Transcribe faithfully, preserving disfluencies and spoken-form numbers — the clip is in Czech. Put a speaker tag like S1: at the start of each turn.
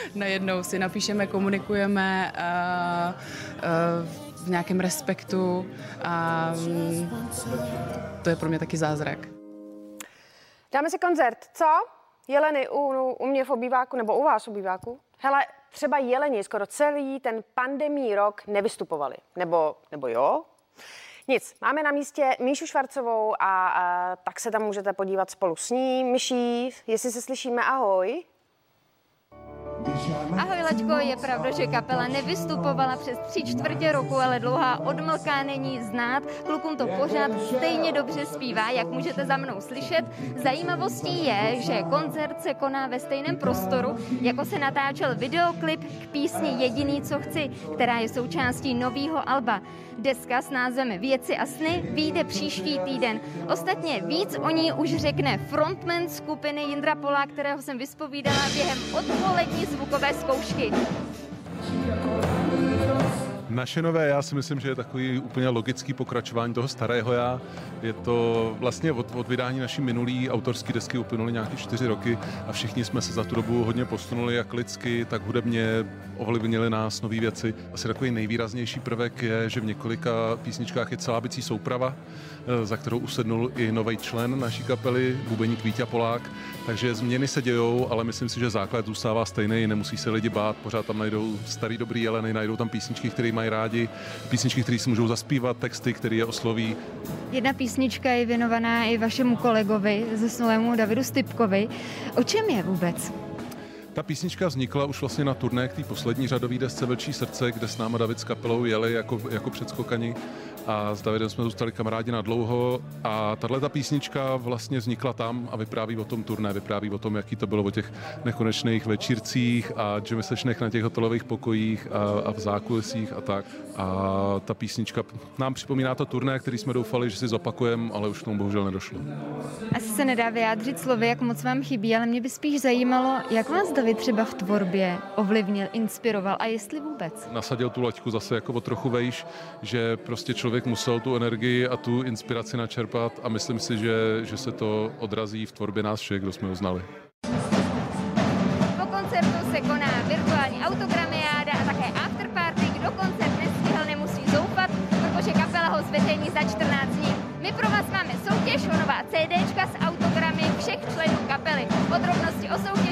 S1: najednou si napíšeme, komunikujeme a, a, v nějakém respektu a to je pro mě taky zázrak.
S2: Dáme si koncert, co? Jeleny u, u mě v obýváku, nebo u vás v obýváku? Hele, třeba jeleni skoro celý ten pandemní rok nevystupovali. Nebo, nebo jo? Nic, máme na místě Míšu Švarcovou a, a tak se tam můžete podívat spolu s ní. Myší, jestli se slyšíme, ahoj.
S3: Ahoj Laďko, je pravda, že kapela nevystupovala přes tři čtvrtě roku, ale dlouhá odmlka není znát. Klukům to pořád stejně dobře zpívá, jak můžete za mnou slyšet. Zajímavostí je, že koncert se koná ve stejném prostoru, jako se natáčel videoklip k písni Jediný, co chci, která je součástí nového alba. Deska s názvem Věci a sny vyjde příští týden. Ostatně víc o ní už řekne frontman skupiny Jindra Polák, kterého jsem vyspovídala během odpolední zvukové zkoušky.
S4: Naše nové já si myslím, že je takový úplně logický pokračování toho starého já. Je to vlastně od, od vydání naší minulý autorské desky uplynuly nějaké čtyři roky a všichni jsme se za tu dobu hodně posunuli, jak lidsky, tak hudebně, ovlivnili nás nové věci. Asi takový nejvýraznější prvek je, že v několika písničkách je celá bicí souprava, za kterou usednul i nový člen naší kapely, bubeník Víťa Polák. Takže změny se dějou, ale myslím si, že základ zůstává stejný, nemusí se lidi bát, pořád tam najdou starý dobrý jeleny, najdou tam písničky, které mají rádi, písničky, které si můžou zaspívat, texty, které je osloví.
S3: Jedna písnička je věnovaná i vašemu kolegovi, zesnulému Davidu Stypkovi. O čem je vůbec?
S4: Ta písnička vznikla už vlastně na turné k té poslední řadové desce Vlčí srdce, kde s náma David s kapelou jeli jako, jako předskokani a s Davidem jsme zůstali kamarádi na dlouho a tato písnička vlastně vznikla tam a vypráví o tom turné, vypráví o tom, jaký to bylo o těch nekonečných večírcích a jam sessionech na těch hotelových pokojích a, a v zákulisích a tak. A ta písnička nám připomíná to turné, který jsme doufali, že si zopakujeme, ale už k tomu bohužel nedošlo.
S3: Asi se nedá vyjádřit slovy, jak moc vám chybí, ale mě by spíš zajímalo, jak vás David třeba v tvorbě ovlivnil, inspiroval a jestli vůbec.
S4: Nasadil tu laťku zase jako o trochu vejš, že prostě člověk musel tu energii a tu inspiraci načerpat a myslím si, že, že se to odrazí v tvorbě nás všech, kdo jsme ho znali.
S3: Po koncertu se koná virtuální autogramiáda a také afterparty. Kdo koncert nestihl, nemusí zoufat, protože kapela ho zveřejní za čtrnáct dní. My pro vás máme soutěž o nová CDčka s autogramy všech členů kapely. Podrobnosti o soutěži